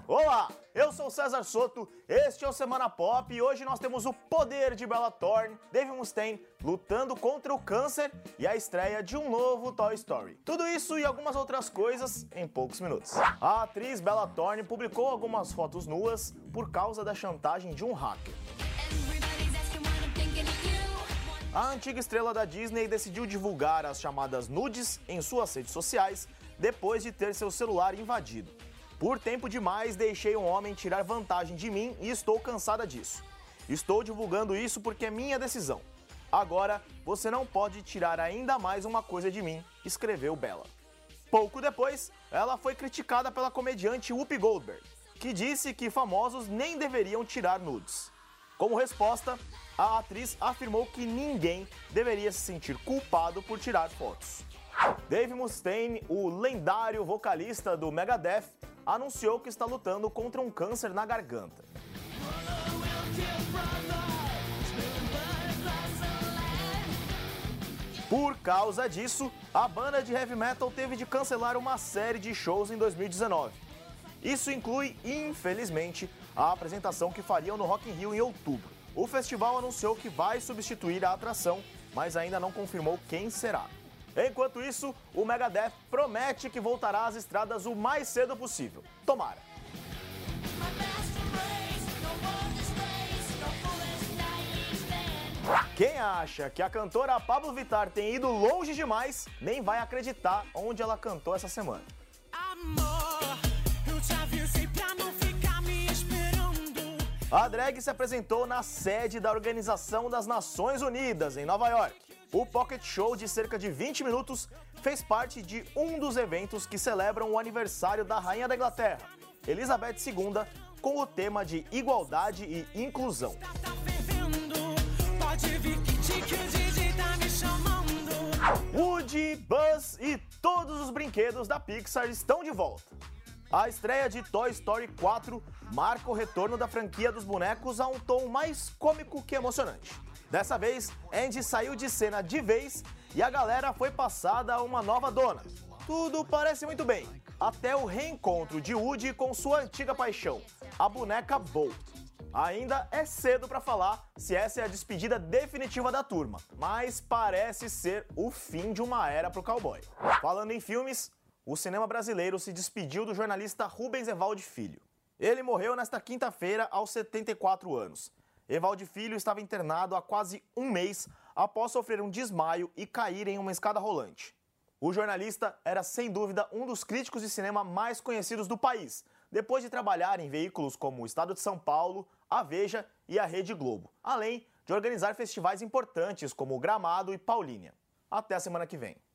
Olá, eu sou o César Soto, este é o Semana Pop e hoje nós temos o poder de Bella Thorne, Dave Mustaine lutando contra o câncer e a estreia de um novo Toy Story. Tudo isso e algumas outras coisas em poucos minutos. A atriz Bella Thorne publicou algumas fotos nuas por causa da chantagem de um hacker. A antiga estrela da Disney decidiu divulgar as chamadas nudes em suas redes sociais depois de ter seu celular invadido. Por tempo demais deixei um homem tirar vantagem de mim e estou cansada disso. Estou divulgando isso porque é minha decisão. Agora, você não pode tirar ainda mais uma coisa de mim, escreveu Bella. Pouco depois, ela foi criticada pela comediante Whoopi Goldberg, que disse que famosos nem deveriam tirar nudes. Como resposta, a atriz afirmou que ninguém deveria se sentir culpado por tirar fotos. Dave Mustaine, o lendário vocalista do Megadeth, anunciou que está lutando contra um câncer na garganta. Por causa disso, a banda de heavy metal teve de cancelar uma série de shows em 2019. Isso inclui, infelizmente, a apresentação que fariam no Rock in Rio em outubro. O festival anunciou que vai substituir a atração, mas ainda não confirmou quem será. Enquanto isso, o Megadeth promete que voltará às estradas o mais cedo possível. Tomara! Quem acha que a cantora Pabllo Vittar tem ido longe demais, nem vai acreditar onde ela cantou essa semana. Amor, eu te avisei pra não ficar me esperando. A drag se apresentou na sede da Organização das Nações Unidas, em Nova York. O Pocket Show, de cerca de 20 minutos, fez parte de um dos eventos que celebram o aniversário da Rainha da Inglaterra, Elizabeth II, com o tema de igualdade e inclusão. Tá fervendo, pode vir que o Didi tá me chamando. Woody, Buzz e todos os brinquedos da Pixar estão de volta. A estreia de Toy Story 4 marca o retorno da franquia dos bonecos a um tom mais cômico que emocionante. Dessa vez, Andy saiu de cena de vez e a galera foi passada a uma nova dona. Tudo parece muito bem, até o reencontro de Woody com sua antiga paixão, a boneca Bo. Ainda é cedo para falar se essa é a despedida definitiva da turma, mas parece ser o fim de uma era pro cowboy. Falando em filmes, o cinema brasileiro se despediu do jornalista Rubens Evaldo Filho. Ele morreu nesta quinta-feira aos 74 anos. Evaldo Filho estava internado há quase um mês após sofrer um desmaio e cair em uma escada rolante. O jornalista era, sem dúvida, um dos críticos de cinema mais conhecidos do país, depois de trabalhar em veículos como o Estado de São Paulo, a Veja e a Rede Globo, além de organizar festivais importantes como o Gramado e Paulínia. Até a semana que vem.